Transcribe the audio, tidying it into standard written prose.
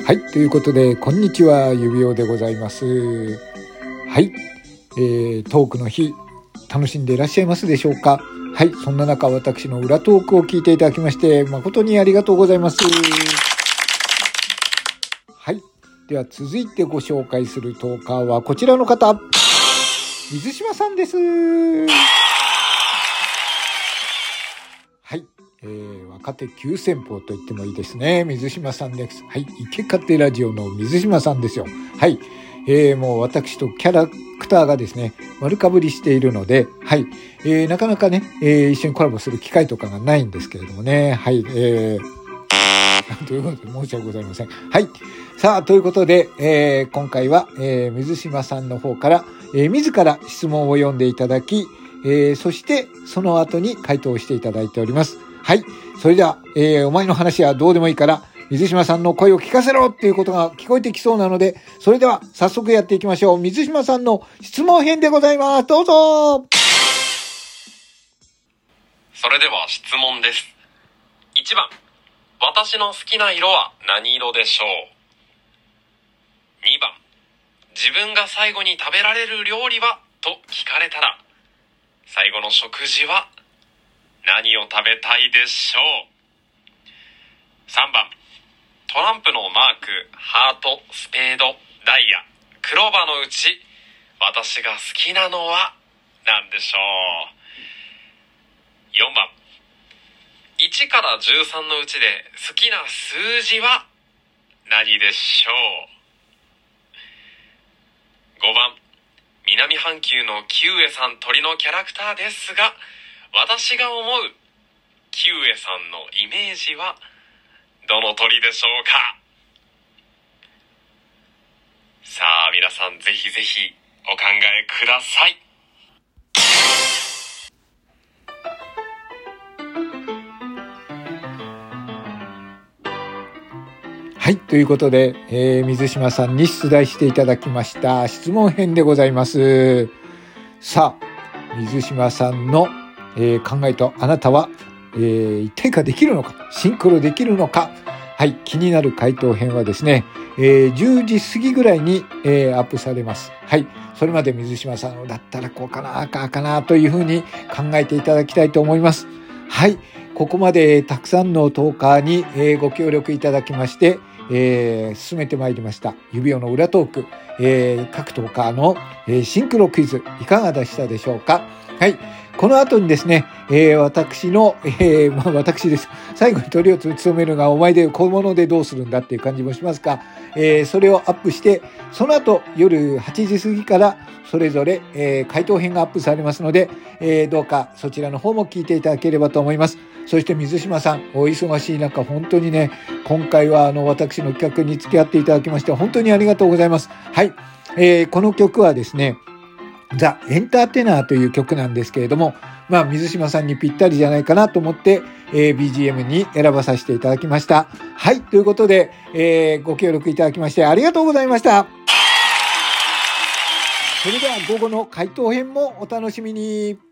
はい、ということで、こんにちは、指輪でございます。はい、トークの日、楽しんでいらっしゃいますでしょうか。はい、そんな中、私の裏トークを聞いていただきまして、誠にありがとうございます。はい、では続いてご紹介するトーカーはこちらの方、水島さんです。はい、若手急先鋒と言ってもいいですね。水島さんです。はい、池勝手ラジオの水島さんですよ。はい、もう私とキャラクターがですね、丸かぶりしているので、はい、なかなかね、一緒にコラボする機会とかがないんですけれどもね。はい、ということで申し訳ございません。はい、さあということで、今回は、水島さんの方から、自ら質問を読んでいただき、そしてその後に回答していただいております。はい。それでは、お前の話はどうでもいいから、水島さんの声を聞かせろっていうことが聞こえてきそうなので、それでは早速やっていきましょう。水島さんの質問編でございます。どうぞ。 それでは質問です。1番、私の好きな色は何色でしょう。2番、自分が最後に食べられる料理はと聞かれたら、最後の食事は何を食べたいでしょう。3番、トランプのマーク、ハート、スペード、ダイヤ、クローバーのうち私が好きなのは何でしょう。4番、1から13のうちで好きな数字は何でしょう。5番、南半球のキウエさん鳥のキャラクターですが、私が思うキウエさんのイメージはどの鳥でしょうか。さあ皆さん、ぜひぜひお考えください。 はい、ということで、水島さんに出題していただきました質問編でございます。さあ、水島さんの、考えとあなたは、一体化できるのか、シンクロできるのか。はい、気になる回答編はですね、10時過ぎぐらいに、アップされます。はい、それまで水島さんだったらこうかな、赤かなというふうに考えていただきたいと思います。はい、ここまでたくさんのトーカーに、ご協力いただきまして、進めてまいりました指輪の裏トーク、各トーカーの、シンクロクイズいかがでしたでしょうか。はい、この後にですね、私の、私です。最後にトリを務めるがお前で小物でどうするんだっていう感じもしますが、それをアップして、その後夜8時過ぎからそれぞれ、回答編がアップされますので、どうかそちらの方も聞いていただければと思います。そして水島さん、お忙しい中本当にね、今回は私の企画に付き合っていただきまして本当にありがとうございます。はい、この曲はですね、ザ・エンターテイナーという曲なんですけれども、水島さんにぴったりじゃないかなと思って、BGM に選ばさせていただきました。はい、ということで、ご協力いただきましてありがとうございました。それでは午後の回答編もお楽しみに。